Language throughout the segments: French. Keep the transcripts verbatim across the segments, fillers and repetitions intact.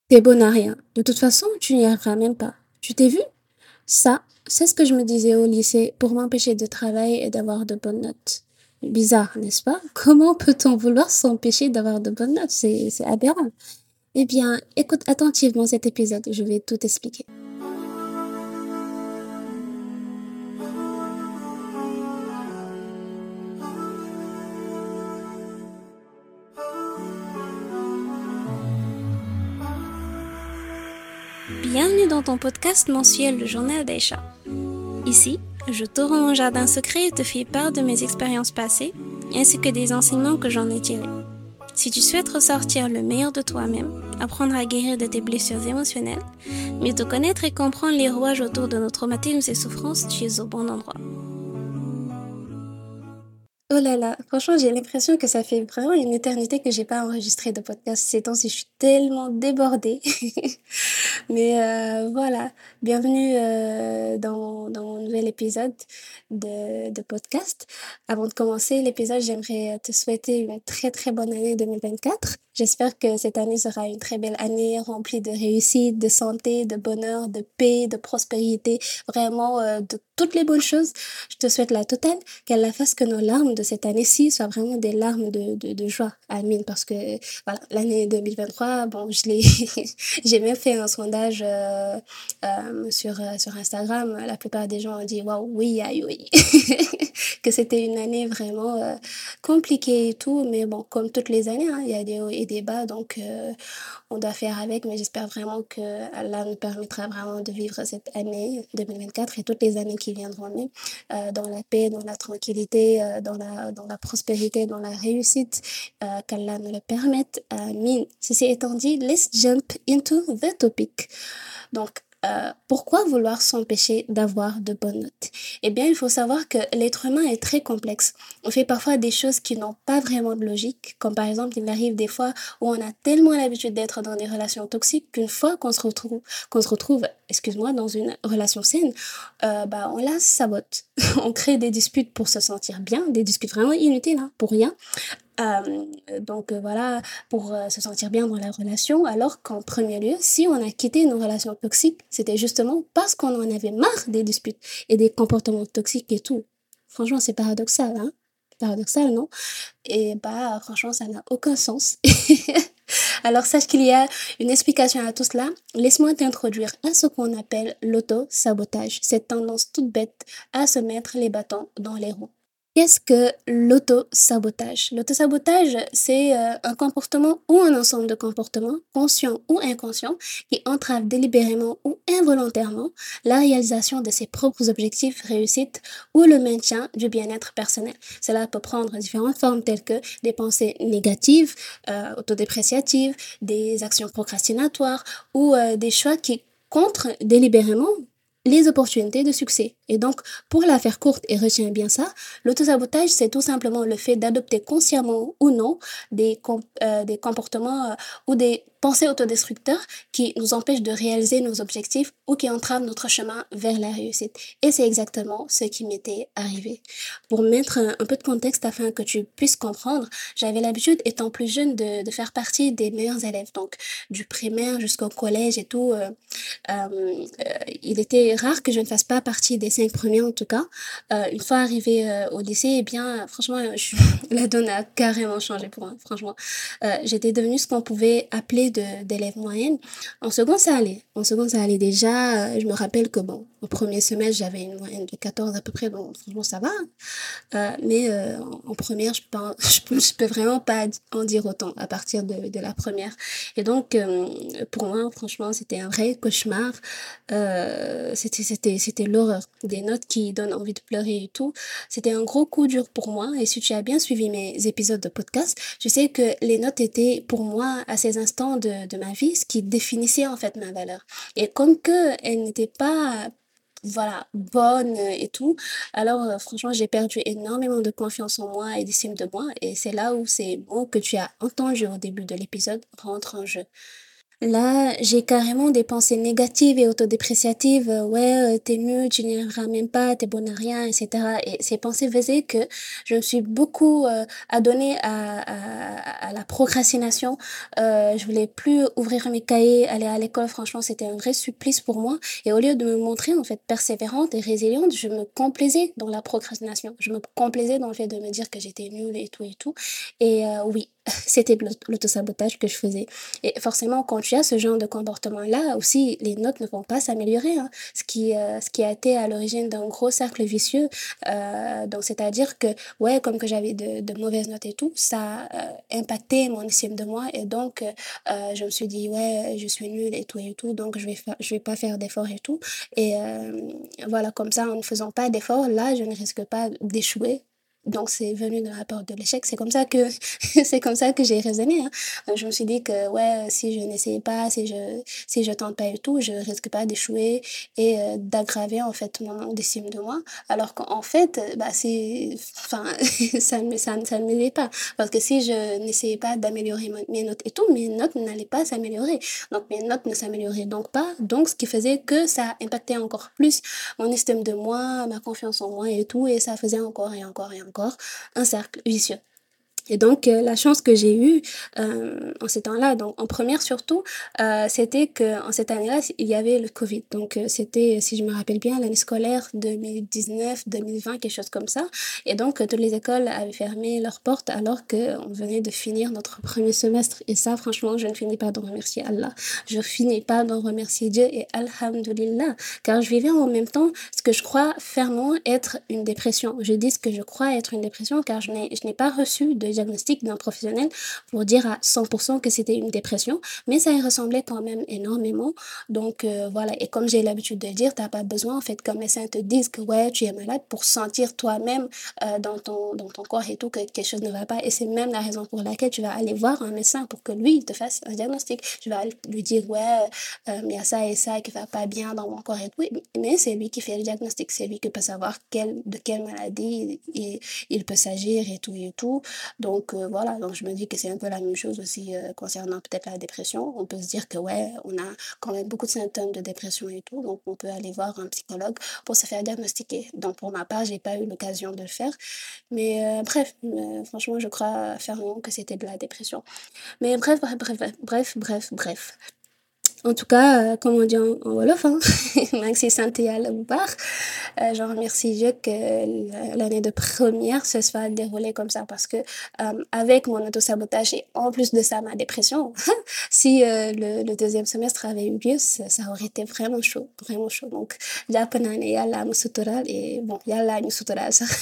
T'es bonne à rien. De toute façon, tu n'y arriveras même pas. Tu t'es vu? Ça, c'est ce que je me disais au lycée pour m'empêcher de travailler et d'avoir de bonnes notes. Bizarre, n'est-ce pas? Comment peut-on vouloir s'empêcher d'avoir de bonnes notes? C'est, c'est aberrant. Eh bien, écoute attentivement cet épisode, je vais tout expliquer. Bienvenue dans ton podcast mensuel Le Journal d'Aïcha. Ici, je t'ouvre mon jardin secret et te fais part de mes expériences passées, ainsi que des enseignements que j'en ai tirés. Si tu souhaites ressortir le meilleur de toi-même, apprendre à guérir de tes blessures émotionnelles, mieux te connaître et comprendre les rouages autour de nos traumatismes et souffrances, tu es au bon endroit. Oh là là, franchement, j'ai l'impression que ça fait vraiment une éternité que j'ai pas enregistré de podcast. Ces temps-ci, je suis tellement débordée. Mais euh, voilà, bienvenue euh, dans, dans mon nouvel épisode de, de podcast. Avant de commencer l'épisode, j'aimerais te souhaiter une très très bonne année deux mille vingt-quatre. J'espère que cette année sera une très belle année remplie de réussite, de santé, de bonheur, de paix, de prospérité, vraiment euh, de toutes les bonnes choses. Je te souhaite la totale, qu'elle la fasse que nos larmes de cette année-ci soient vraiment des larmes de, de, de joie. Amin. Parce que voilà, l'année deux mille vingt-trois, bon, je l'ai, j'ai même fait un sondage euh, euh, sur, euh, sur Instagram. La plupart des gens ont dit waouh, oui, aïe, oui. Que c'était une année vraiment euh, compliquée et tout. Mais bon, comme toutes les années, hein, il y a des hauts et des bas. Donc, euh, on doit faire avec. Mais j'espère vraiment que Allah nous permettra vraiment de vivre cette année deux mille vingt-quatre et toutes les années qui viendront même euh, dans la paix, dans la tranquillité, euh, dans, la, dans la prospérité, dans la réussite. Euh, qu'Allah nous le permette. Amin. Ceci étant dit, let's jump into the topic. Donc, euh, pourquoi vouloir s'empêcher d'avoir de bonnes notes? Eh bien, il faut savoir que l'être humain est très complexe. On fait parfois des choses qui n'ont pas vraiment de logique, comme par exemple, il arrive des fois où on a tellement l'habitude d'être dans des relations toxiques qu'une fois qu'on se retrouve, qu'on se retrouve, excuse-moi, dans une relation saine, euh, bah, on la sabote. On crée des disputes pour se sentir bien, des disputes vraiment inutiles, hein, pour rien. Euh, donc euh, voilà, pour euh, se sentir bien dans la relation, alors qu'en premier lieu, si on a quitté une relation toxique, c'était justement parce qu'on en avait marre des disputes et des comportements toxiques et tout. Franchement, c'est paradoxal, hein? Paradoxal, non? Et bah, franchement, ça n'a aucun sens. Alors, sache qu'il y a une explication à tout cela. Laisse-moi t'introduire à ce qu'on appelle l'auto-sabotage, cette tendance toute bête à se mettre les bâtons dans les roues. Qu'est-ce que l'auto-sabotage? L'auto-sabotage, c'est euh, un comportement ou un ensemble de comportements, conscients ou inconscients, qui entravent délibérément ou involontairement la réalisation de ses propres objectifs, réussites ou le maintien du bien-être personnel. Cela peut prendre différentes formes telles que des pensées négatives, euh, autodépréciatives, des actions procrastinatoires ou euh, des choix qui contre délibérément les opportunités de succès. Et donc, pour la faire courte et retiens bien ça, l'autosabotage, c'est tout simplement le fait d'adopter consciemment ou non des, com- euh, des comportements euh, ou des pensées autodestructeurs qui nous empêchent de réaliser nos objectifs ou qui entravent notre chemin vers la réussite. Et c'est exactement ce qui m'était arrivé. Pour mettre un, un peu de contexte afin que tu puisses comprendre, j'avais l'habitude, étant plus jeune, de, de faire partie des meilleurs élèves. Donc, du primaire jusqu'au collège et tout. Euh, euh, euh, il était rare que je ne fasse pas partie des cinq premiers en tout cas. Euh, une fois arrivée euh, au lycée, eh bien, franchement, je, la donne a carrément changé pour moi, franchement. Euh, j'étais devenue ce qu'on pouvait appeler de, d'élève moyenne. En second, ça allait. En second, ça allait déjà. Euh, je me rappelle que, bon, au premier semestre, j'avais une moyenne de quatorze à peu près, donc franchement, ça va. Euh, mais euh, en, en première, je peux, je, peux, je peux vraiment pas en dire autant à partir de, de la première. Et donc, euh, pour moi, franchement, c'était un vrai cauchemar. Euh, c'était, c'était, c'était l'horreur. Des notes qui donnent envie de pleurer et tout. C'était un gros coup dur pour moi. Et si tu as bien suivi mes épisodes de podcast, je sais que les notes étaient pour moi à ces instants de, de ma vie ce qui définissait en fait ma valeur. Et comme que elle n'était pas voilà, bonne et tout. Alors, euh, franchement, j'ai perdu énormément de confiance en moi et d'estime de moi. Et c'est là où ces mots que tu as entendus au début de l'épisode rentrent en jeu. Là, j'ai carrément des pensées négatives et autodépréciatives. euh, Ouais, euh, t'es nul, tu n'y arriveras même pas, t'es bonne à rien, et cetera. Et ces pensées faisaient que je me suis beaucoup euh, adonnée à, à, à la procrastination. Euh, je voulais plus ouvrir mes cahiers, aller à l'école. Franchement, c'était un vrai supplice pour moi. Et au lieu de me montrer en fait persévérante et résiliente, je me complaisais dans la procrastination. Je me complaisais dans le fait de me dire que j'étais nulle et tout et tout. Et euh, oui, c'était de l'aut- l'autosabotage que je faisais. Et forcément, quand tu as ce genre de comportement-là, aussi, les notes ne vont pas s'améliorer, hein. Ce qui, euh, ce qui a été à l'origine d'un gros cercle vicieux. Euh, donc, c'est-à-dire que, ouais, comme que j'avais de, de mauvaises notes et tout, ça a euh, impacté mon estime de moi. Et donc, euh, euh, je me suis dit, ouais, je suis nulle et tout et tout, donc je vais fa- je vais pas faire d'efforts et tout. Et euh, voilà, comme ça, en ne faisant pas d'efforts, là, je ne risque pas d'échouer. Donc, c'est venu de la peur de l'échec. C'est comme ça que, c'est comme ça que j'ai raisonné, hein. Donc, je me suis dit que, ouais, si je n'essaye pas, si je, si je tente pas et tout, je risque pas d'échouer et euh, d'aggraver, en fait, mon manque d'estime de moi. Alors qu'en fait, euh, bah, c'est, enfin, ça ne, ça, ne- ça ne m'aidait pas. Parce que si je n'essayais pas d'améliorer mon- mes notes et tout, mes notes n'allaient pas s'améliorer. Donc, mes notes ne s'amélioraient donc pas. Donc, ce qui faisait que ça impactait encore plus mon estime de moi, ma confiance en moi et tout. Et ça faisait encore et encore et encore un cercle vicieux. Et donc, euh, la chance que j'ai eue euh, en ces temps-là, donc en première surtout, euh, c'était que en cette année-là, il y avait le Covid. Donc, euh, c'était, si je me rappelle bien, l'année scolaire deux mille dix-neuf, deux mille vingt, quelque chose comme ça. Et donc, euh, toutes les écoles avaient fermé leurs portes alors qu'on venait de finir notre premier semestre. Et ça, franchement, je ne finis pas de remercier Allah. Je finis pas d'en remercier Dieu et Alhamdulillah, car je vivais en même temps ce que je crois fermement être une dépression. Je dis ce que je crois être une dépression car je n'ai, je n'ai pas reçu de diagnostic d'un professionnel pour dire à cent pour cent que c'était une dépression, mais ça y ressemblait quand même énormément. Donc euh, voilà, et comme j'ai l'habitude de le dire, t'as pas besoin en fait qu'un médecin te dise que ouais, tu es malade pour sentir toi-même euh, dans ton dans ton corps et tout que quelque chose ne va pas. Et c'est même la raison pour laquelle tu vas aller voir un médecin pour que lui te fasse un diagnostic. Tu vas lui dire ouais, euh, il y a ça et ça qui va pas bien dans mon corps et tout. Mais c'est lui qui fait le diagnostic, c'est lui qui peut savoir quelle, de quelle maladie il, il peut s'agir et tout et tout. Donc euh, voilà, donc je me dis que c'est un peu la même chose aussi euh, concernant peut-être la dépression. On peut se dire que ouais, on a quand même beaucoup de symptômes de dépression et tout, donc on peut aller voir un psychologue pour se faire diagnostiquer. Donc pour ma part, j'ai pas eu l'occasion de le faire, mais euh, bref, euh, franchement, je crois fermement que c'était de la dépression. Mais bref, bref, bref, bref, bref, bref. En tout cas, euh, comme on dit en, en Wolof, hein, Maxi Santé Yàlla bu baax. Euh, je remercie Dieu que l'année de première se soit déroulée comme ça parce que euh, avec mon autosabotage et en plus de ça ma dépression, si euh, le, le deuxième semestre avait eu lieu, ça, ça aurait été vraiment chaud, vraiment chaud. Donc, jàpp naa ne Yàlla ma suturaal et bon, Yàlla ñu suturaal sax.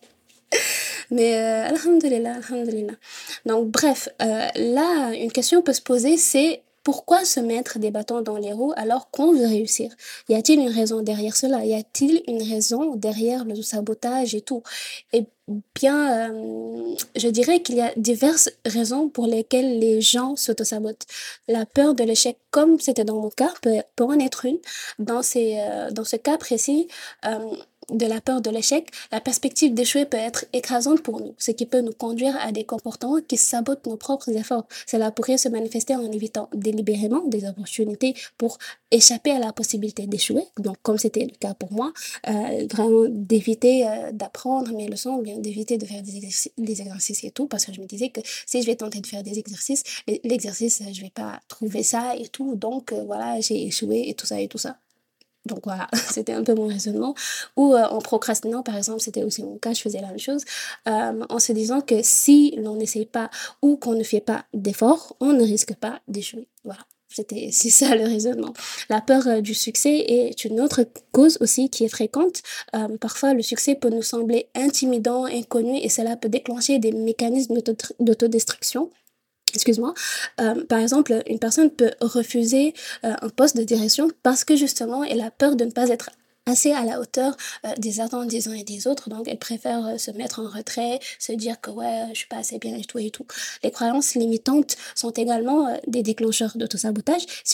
Mais euh, alhamdulillah, alhamdulillah. Donc bref, euh, là, une question peut se poser, c'est pourquoi se mettre des bâtons dans les roues alors qu'on veut réussir? Y a-t-il une raison derrière cela? Y a-t-il une raison derrière le sabotage et tout? Eh bien, euh, je dirais qu'il y a diverses raisons pour lesquelles les gens s'autosabotent. La peur de l'échec, comme c'était dans mon cas, peut, peut en être une. Dans ces, euh, dans ce cas précis, euh, de la peur de l'échec, la perspective d'échouer peut être écrasante pour nous, ce qui peut nous conduire à des comportements qui sabotent nos propres efforts. Cela pourrait se manifester en évitant délibérément des opportunités pour échapper à la possibilité d'échouer. Donc, comme c'était le cas pour moi, euh, vraiment d'éviter euh, d'apprendre mes leçons, ou bien d'éviter de faire des exercices, des exercices et tout, parce que je me disais que si je vais tenter de faire des exercices, l'exercice, je vais pas trouver ça et tout. Donc, euh, voilà, j'ai échoué et tout ça et tout ça. Donc voilà, c'était un peu mon raisonnement. Ou euh, en procrastinant, par exemple, c'était aussi mon cas, je faisais la même chose, euh, en se disant que si l'on n'essaye pas ou qu'on ne fait pas d'efforts, on ne risque pas d'échouer. Voilà. C'était, c'est ça le raisonnement. La peur euh, du succès est une autre cause aussi qui est fréquente. Euh, parfois, le succès peut nous sembler intimidant, inconnu, et cela peut déclencher des mécanismes d'auto- d'autodestruction. Excuse-moi. Euh, par exemple, une personne peut refuser euh, un poste de direction parce que justement, elle a peur de ne pas être assez à la hauteur euh, des attentes des uns et des autres. Donc, elle préfère euh, se mettre en retrait, se dire que ouais, je suis pas assez bien et tout et tout. Les croyances limitantes sont également euh, des déclencheurs d'autosabotage. Si on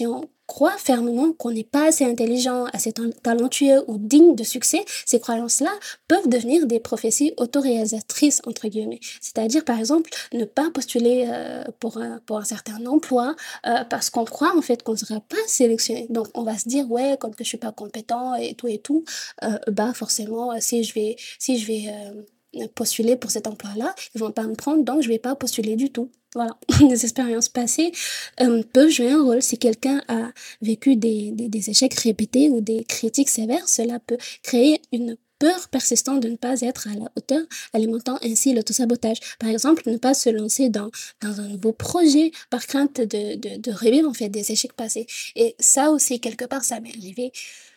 croit fermement qu'on n'est pas assez intelligent, assez ta- talentueux ou digne de succès, ces croyances-là peuvent devenir des prophéties autoréalisatrices, entre guillemets. C'est-à-dire, par exemple, ne pas postuler euh, pour, un, pour un certain emploi euh, parce qu'on croit en fait qu'on ne sera pas sélectionné. Donc, on va se dire, ouais, comme que je suis pas compétent et tout et tout, euh, bah forcément, si je vais, si je vais euh, postuler pour cet emploi-là, ils vont pas me prendre, donc je vais pas postuler du tout. Voilà, les expériences passées euh, peuvent jouer un rôle. Si quelqu'un a vécu des, des, des échecs répétés ou des critiques sévères, cela peut créer une peur persistante de ne pas être à la hauteur, alimentant ainsi l'autosabotage. Par exemple, ne pas se lancer dans, dans un nouveau projet par crainte de, de, de revivre en fait des échecs passés. Et ça aussi, quelque part, ça m'est arrivé.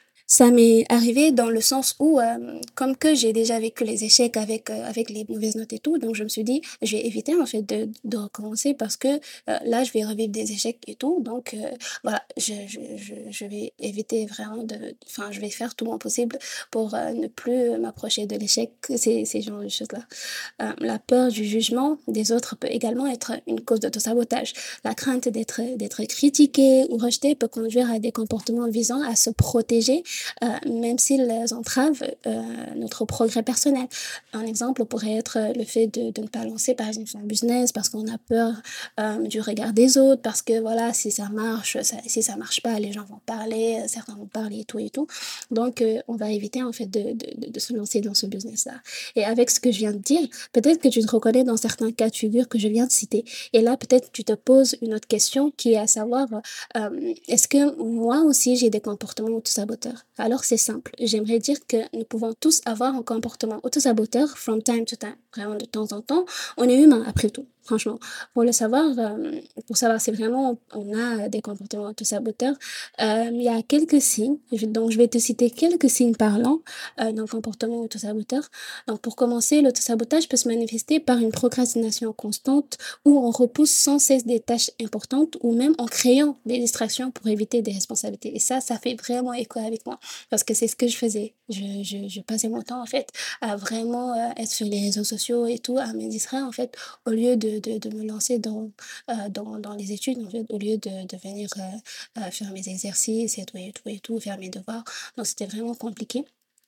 Ça m'est arrivé dans le sens où, euh, comme que j'ai déjà vécu les échecs avec, euh, avec les mauvaises notes et tout, donc je me suis dit, je vais éviter en fait de, de recommencer parce que euh, là, je vais revivre des échecs et tout. Donc euh, voilà, je, je, je, je vais éviter vraiment de... Enfin, je vais faire tout mon possible pour euh, ne plus m'approcher de l'échec, ces, ces genres de choses-là. Euh, la peur du jugement des autres peut également être une cause d'autosabotage. La crainte d'être d'être critiqué ou rejeté peut conduire à des comportements visant à se protéger euh, même s'ils entravent euh, notre progrès personnel. Un exemple pourrait être le fait de, de ne pas lancer, par exemple, un business parce qu'on a peur euh, du regard des autres, parce que voilà, si ça marche, ça, si ça marche pas, les gens vont parler, certains vont parler et tout et tout. Donc, euh, on va éviter en fait de, de, de se lancer dans ce business-là. Et avec ce que je viens de dire, peut-être que tu te reconnais dans certains cas de figure que je viens de citer. Et là, peut-être tu te poses une autre question qui est à savoir, euh, est-ce que moi aussi j'ai des comportements autosaboteurs? Alors c'est simple, j'aimerais dire que nous pouvons tous avoir un comportement autosaboteur from time to time, vraiment de temps en temps. On est humain après tout, franchement. Pour le savoir, euh, pour savoir si vraiment on a des comportements autosaboteurs, euh, il y a quelques signes. Je- Donc je vais te citer quelques signes parlants euh, d'un comportement autosaboteur. Donc pour commencer, l'autosabotage peut se manifester par une procrastination constante où on repousse sans cesse des tâches importantes ou même en créant des distractions pour éviter des responsabilités. Et ça, ça fait vraiment écho avec moi parce que c'est ce que je faisais. Je, je, je passais mon temps en fait à vraiment euh, être sur les réseaux sociaux et tout, à me distraire en fait au lieu de, de, de me lancer dans, euh, dans, dans les études, en fait, au lieu de, de venir euh, euh, faire mes exercices et tout et tout et tout, faire mes devoirs. Donc c'était vraiment compliqué.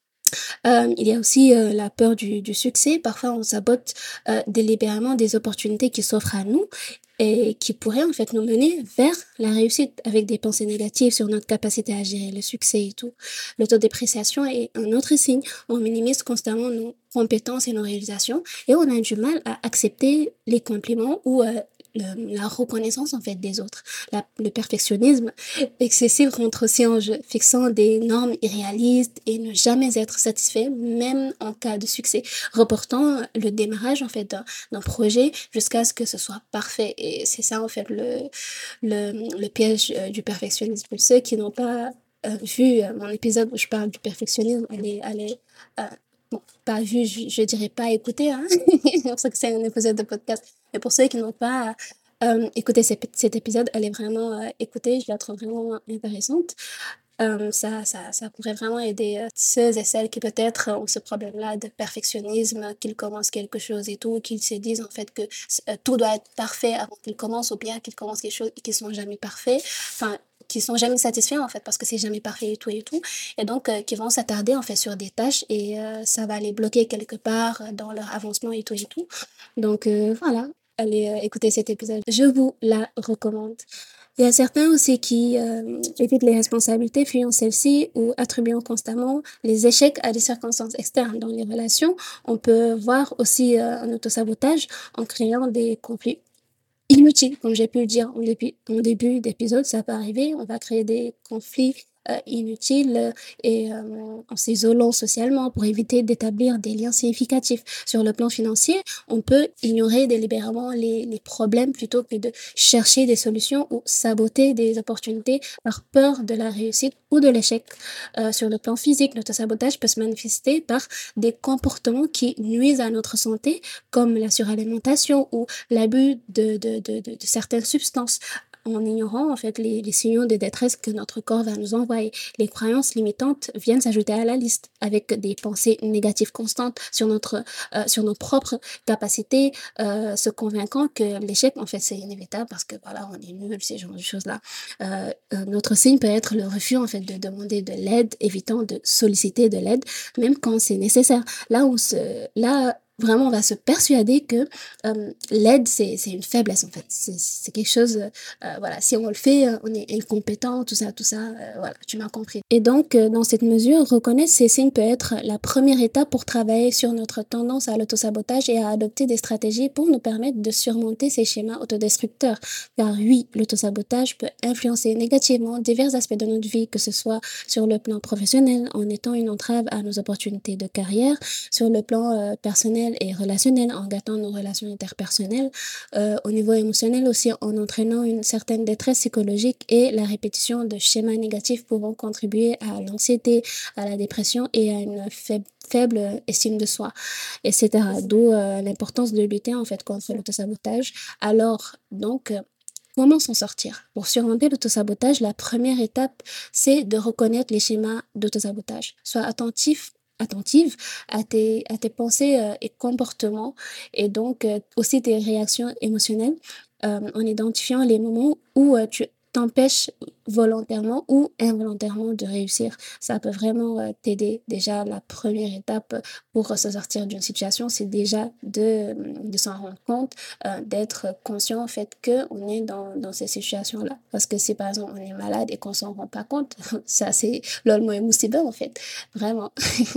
Euh, il y a aussi euh, la peur du, du succès. Parfois, on sabote euh, délibérément des opportunités qui s'offrent à nous et qui pourraient en fait nous mener vers la réussite avec des pensées négatives sur notre capacité à gérer le succès et tout. L'autodépréciation est un autre signe. On minimise constamment nos compétences et nos réalisations et on a du mal à accepter les compliments ou euh, le- la reconnaissance en fait des autres. La- le perfectionnisme excessif rentre aussi en jeu, fixant des normes irréalistes et ne jamais être satisfait, même en cas de succès, reportant le démarrage en fait d'un d'un projet jusqu'à ce que ce soit parfait. Et c'est ça en fait le, le, le piège euh, du perfectionnisme. Pour ceux qui n'ont pas euh, vu euh, mon épisode où je parle du perfectionnisme, allez, allez, euh, bon, pas vu, je, je dirais pas écouter, hein, c'est pour ça que c'est un épisode de podcast. Mais pour ceux qui n'ont pas euh, écoutez cet, cet épisode, elle est vraiment euh, écoutée, je la trouve vraiment intéressante. Euh, ça, ça, ça pourrait vraiment aider euh, ceux et celles qui peut-être ont ce problème-là de perfectionnisme, qu'ils commencent quelque chose et tout, qu'ils se disent en fait que euh, tout doit être parfait avant qu'ils commencent, ou bien qu'ils commencent quelque chose et qu'ils sont jamais parfaits, enfin qui sont jamais satisfaits en fait parce que c'est jamais parfait et tout et tout, et donc euh, qui vont s'attarder en fait sur des tâches et euh, ça va les bloquer quelque part dans leur avancement et tout et tout. Donc euh, voilà, allez euh, écouter cet épisode, je vous la recommande. Il y a certains aussi qui euh, évitent les responsabilités, fuyant celles-ci ou attribuant constamment les échecs à des circonstances externes. Dans les relations, on peut voir aussi euh, un autosabotage en créant des conflits inutiles, comme j'ai pu le dire en début, en début d'épisode, ça peut arriver. On va créer des conflits euh, inutiles euh, et euh, en s'isolant socialement pour éviter d'établir des liens significatifs. Sur le plan financier, on peut ignorer délibérément les, les problèmes plutôt que de chercher des solutions ou saboter des opportunités par peur de la réussite ou de l'échec. Euh, sur le plan physique, notre sabotage peut se manifester par des comportements qui nuisent à notre santé, comme la suralimentation ou l'abus de, de, de, de, de certaines substances. en ignorant en fait les, les signaux de détresse que notre corps va nous envoyer. Les croyances limitantes viennent s'ajouter à la liste avec des pensées négatives constantes sur notre euh, sur nos propres capacités, euh, se convainquant que l'échec en fait c'est inévitable parce que voilà on est nul, ces genres de choses là. Euh, euh, notre signe peut être le refus en fait de demander de l'aide, évitant de solliciter de l'aide même quand c'est nécessaire. Là où ce, là vraiment on va se persuader que euh, l'aide c'est c'est une faiblesse en fait, c'est c'est quelque chose euh, voilà, si on le fait euh, on est incompétent, tout ça tout ça euh, voilà, tu m'as compris. Et donc euh, dans cette mesure, reconnaître ces signes peut être la première étape pour travailler sur notre tendance à l'autosabotage et à adopter des stratégies pour nous permettre de surmonter ces schémas autodestructeurs. Car oui, l'autosabotage peut influencer négativement divers aspects de notre vie, que ce soit sur le plan professionnel en étant une entrave à nos opportunités de carrière, sur le plan euh, personnel et relationnel en gâtant nos relations interpersonnelles, euh, au niveau émotionnel aussi en entraînant une certaine détresse psychologique et la répétition de schémas négatifs pouvant contribuer à l'anxiété, à la dépression et à une faible faible estime de soi, et cetera. D'où euh, l'importance de lutter en fait contre l'autosabotage. Alors, donc, euh, comment s'en sortir? Pour surmonter l'autosabotage, la première étape, c'est de reconnaître les schémas d'autosabotage. Sois attentif attentive à tes, à tes pensées euh, et comportements et donc euh, aussi tes réactions émotionnelles euh, en identifiant les moments où euh, tu t'empêches volontairement ou involontairement de réussir. Ça peut vraiment euh, t'aider. Déjà, la première étape pour se sortir d'une situation, c'est déjà de, de s'en rendre compte, euh, d'être conscient en fait qu'on est dans, dans ces situations-là. Parce que si par exemple on est malade et qu'on s'en rend pas compte, ça c'est l'olmo et moussibeur en fait. Vraiment.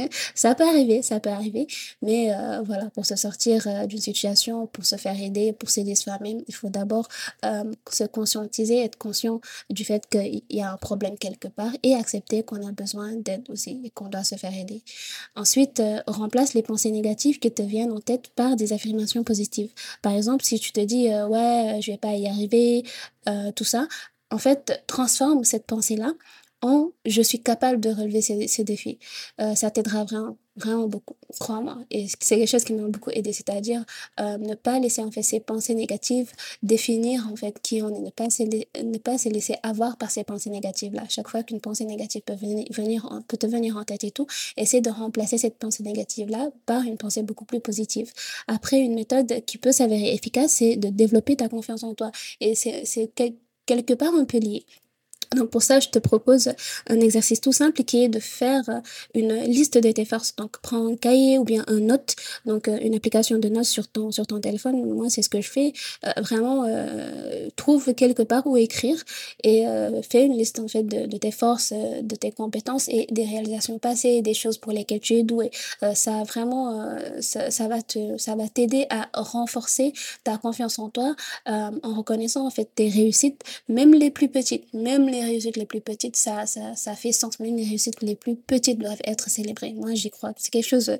Ça peut arriver, ça peut arriver. Mais euh, voilà, pour se sortir euh, d'une situation, pour se faire aider, pour s'aider soi-même, il faut d'abord euh, se conscientiser, être conscient du fait qu'il y a un problème quelque part et accepter qu'on a besoin d'aide aussi et qu'on doit se faire aider. Ensuite, euh, remplace les pensées négatives qui te viennent en tête par des affirmations positives. Par exemple, si tu te dis euh, ouais, je vais pas y arriver, euh, tout ça, en fait, transforme cette pensée-là en je suis capable de relever ces, ces défis. Euh, ça t'aidera vraiment, vraiment beaucoup, crois-moi. Et c'est quelque chose qui m'a beaucoup aidé, c'est-à-dire euh, ne pas laisser en fait ces pensées négatives définir en fait qui on est, ne pas se, ne pas se laisser avoir par ces pensées négatives-là. Chaque fois qu'une pensée négative peut venir, venir en, peut te venir en tête et tout, essaie de remplacer cette pensée négative-là par une pensée beaucoup plus positive. Après, une méthode qui peut s'avérer efficace, c'est de développer ta confiance en toi. Et c'est, c'est quel, quelque part un peu lié. Donc pour ça, je te propose un exercice tout simple qui est de faire une liste de tes forces. Donc prends un cahier ou bien un note, donc une application de notes sur ton sur ton téléphone. Moi, c'est ce que je fais. Euh, vraiment, euh, trouve quelque part où écrire et euh, fais une liste en fait de, de tes forces, de tes compétences et des réalisations passées, des choses pour lesquelles tu es doué. Euh, ça vraiment, euh, ça, ça va te, ça va t'aider à renforcer ta confiance en toi euh, en reconnaissant en fait tes réussites, même les plus petites, même les réussites les plus petites, ça, ça, ça fait sens. Même les réussites les plus petites doivent être célébrées. Moi, j'y crois. C'est quelque chose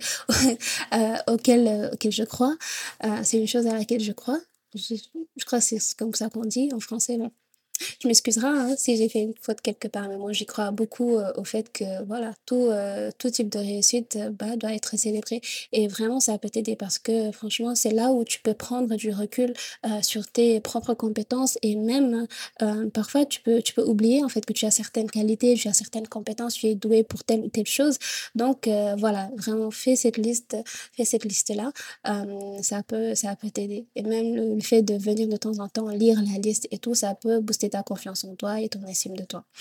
euh, auquel, euh, auquel je crois. Euh, c'est une chose à laquelle je crois. Je, je crois que c'est comme ça qu'on dit en français. Bon. Tu m'excuseras hein, si j'ai fait une faute quelque part, mais moi j'y crois beaucoup euh, au fait que voilà, tout, euh, tout type de réussite euh, bah, doit être célébré. Et vraiment, ça peut t'aider parce que franchement, c'est là où tu peux prendre du recul euh, sur tes propres compétences et même euh, parfois tu peux, tu peux oublier en fait que tu as certaines qualités, tu as certaines compétences, tu es doué pour telle ou telle chose. Donc euh, voilà, vraiment fais cette liste, fais cette liste-là, euh, ça peut, ça peut t'aider. Et même le, le fait de venir de temps en temps lire la liste et tout, ça peut booster ta confiance en toi et ton estime de toi.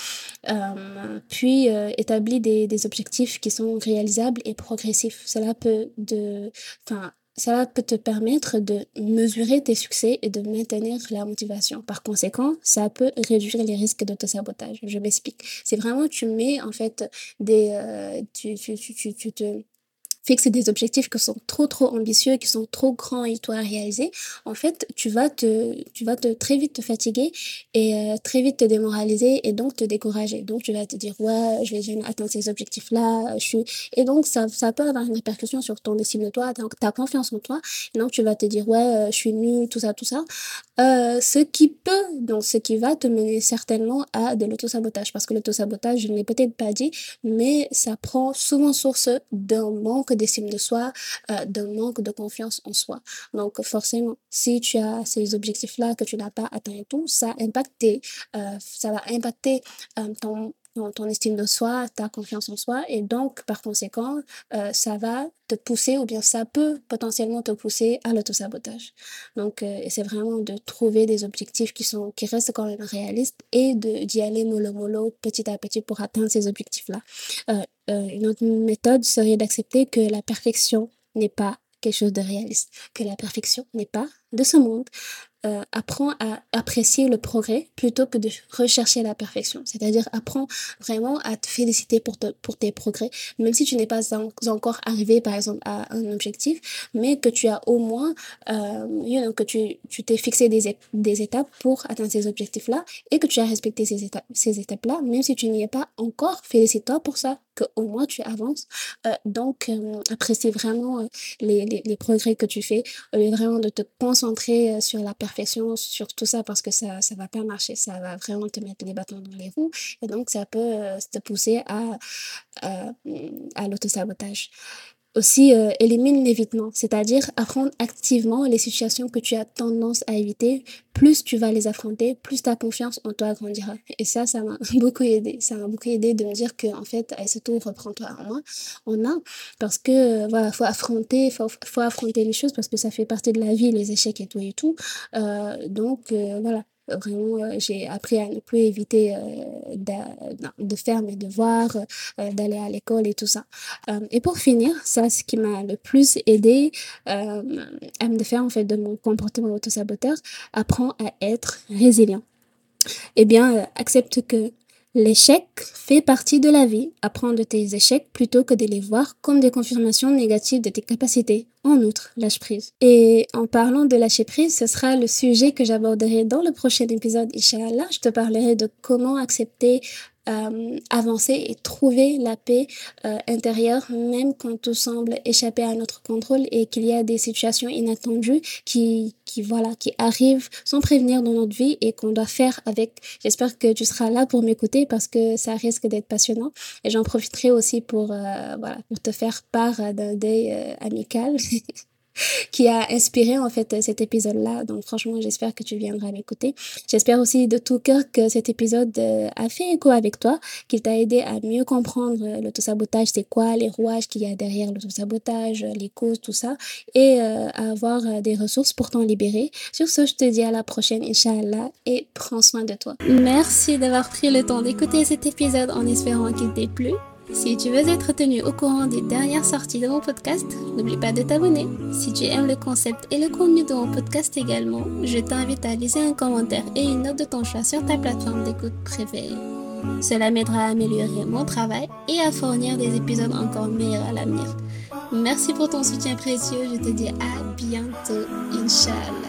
Euh, puis, euh, établis des, des objectifs qui sont réalisables et progressifs. Cela peut de, enfin, cela peut te permettre de mesurer tes succès et de maintenir la motivation. Par conséquent, ça peut réduire les risques d'autosabotage. Je m'explique. C'est vraiment, tu mets en fait des, euh, tu, tu, tu, tu, tu te fixe des objectifs qui sont trop trop ambitieux, qui sont trop grands et toi à réaliser, en fait, tu vas te, tu vas te très vite te fatiguer et euh, très vite te démoraliser et donc te décourager. Donc tu vas te dire ouais, je vais jamais atteindre ces objectifs-là, je suis et donc ça, ça peut avoir une répercussion sur ton estime de toi, ta, ta confiance en toi. Et donc tu vas te dire ouais, euh, je suis nulle, tout ça, tout ça. Euh, ce qui peut, donc ce qui va te mener certainement à de l'autosabotage. Parce que l'autosabotage, je ne l'ai peut-être pas dit, mais ça prend souvent source d'un manque d'estime de soi, euh, d'un manque de confiance en soi. Donc forcément, si tu as ces objectifs-là que tu n'as pas atteints et tout, ça impacte tes, euh, ça va impacter euh, ton ton, ton estime de soi, ta confiance en soi, et donc par conséquent, euh, ça va te pousser ou bien ça peut potentiellement te pousser à l'autosabotage. Donc euh, c'est vraiment de trouver des objectifs qui sont qui restent quand même réalistes et de d'y aller mollo mollo petit à petit pour atteindre ces objectifs-là. Euh, euh, une autre méthode serait d'accepter que la perfection n'est pas quelque chose de réaliste, que la perfection n'est pas de ce monde. Euh, apprends à apprécier le progrès plutôt que de rechercher la perfection. C'est-à-dire, apprends vraiment à te féliciter pour, te, pour tes progrès, même si tu n'es pas en, encore arrivé, par exemple, à un objectif, mais que tu as au moins, euh, you know, que tu, tu t'es fixé des, des étapes pour atteindre ces objectifs-là et que tu as respecté ces étapes, ces étapes-là, même si tu n'y es pas encore, félicite-toi pour ça, que au moins tu avances. Euh, donc, euh, apprécie vraiment euh, les, les, les progrès que tu fais, au lieu vraiment de te concentrer euh, sur la perfection perfection sur tout ça parce que ça ça va pas marcher, ça va vraiment te mettre les bâtons dans les roues et donc ça peut euh, te pousser à à, à l'autosabotage. Aussi, euh, élimine l'évitement, c'est-à-dire affronte activement les situations que tu as tendance à éviter. Plus tu vas les affronter, plus ta confiance en toi grandira. Et ça, ça m'a beaucoup aidé. Ça m'a beaucoup aidé de me dire que, en fait, surtout, reprends-toi en moi, on a, parce que, euh, voilà, faut affronter, faut, faut affronter les choses parce que ça fait partie de la vie, les échecs et tout et tout. Euh, donc, euh, voilà. Vraiment, euh, j'ai appris à ne plus éviter euh, de, de faire mes devoirs, euh, d'aller à l'école et tout ça. Euh, et pour finir, ça, ce qui m'a le plus aidé euh, à me défaire en fait de mon comportement auto-saboteur, apprends à être résilient. Eh bien, euh, accepte que l'échec fait partie de la vie. Apprends de tes échecs plutôt que de les voir comme des confirmations négatives de tes capacités. En outre, lâche prise. Et en parlant de lâcher prise, ce sera le sujet que j'aborderai dans le prochain épisode, Inch'Allah. Je te parlerai de comment accepter Euh, avancer et trouver la paix euh, intérieure même quand tout semble échapper à notre contrôle et qu'il y a des situations inattendues qui qui voilà qui arrivent sans prévenir dans notre vie et qu'on doit faire avec. J'espère que tu seras là pour m'écouter parce que ça risque d'être passionnant et j'en profiterai aussi pour euh, voilà pour te faire part d'un deuil euh, amical qui a inspiré en fait cet épisode-là. Donc franchement, j'espère que tu viendras m'écouter. J'espère aussi de tout cœur que cet épisode euh, a fait écho avec toi, qu'il t'a aidé à mieux comprendre euh, l'autosabotage, c'est quoi, les rouages qu'il y a derrière l'autosabotage, les causes, tout ça, et euh, à avoir euh, des ressources pour t'en libérer. Sur ce, je te dis à la prochaine, Inch'Allah, et prends soin de toi. Merci d'avoir pris le temps d'écouter cet épisode en espérant qu'il t'ait plu. Si tu veux être tenu au courant des dernières sorties de mon podcast, n'oublie pas de t'abonner. Si tu aimes le concept et le contenu de mon podcast également, je t'invite à laisser un commentaire et une note de ton choix sur ta plateforme d'écoute préférée. Cela m'aidera à améliorer mon travail et à fournir des épisodes encore meilleurs à l'avenir. Merci pour ton soutien précieux, je te dis à bientôt, Inch'Allah.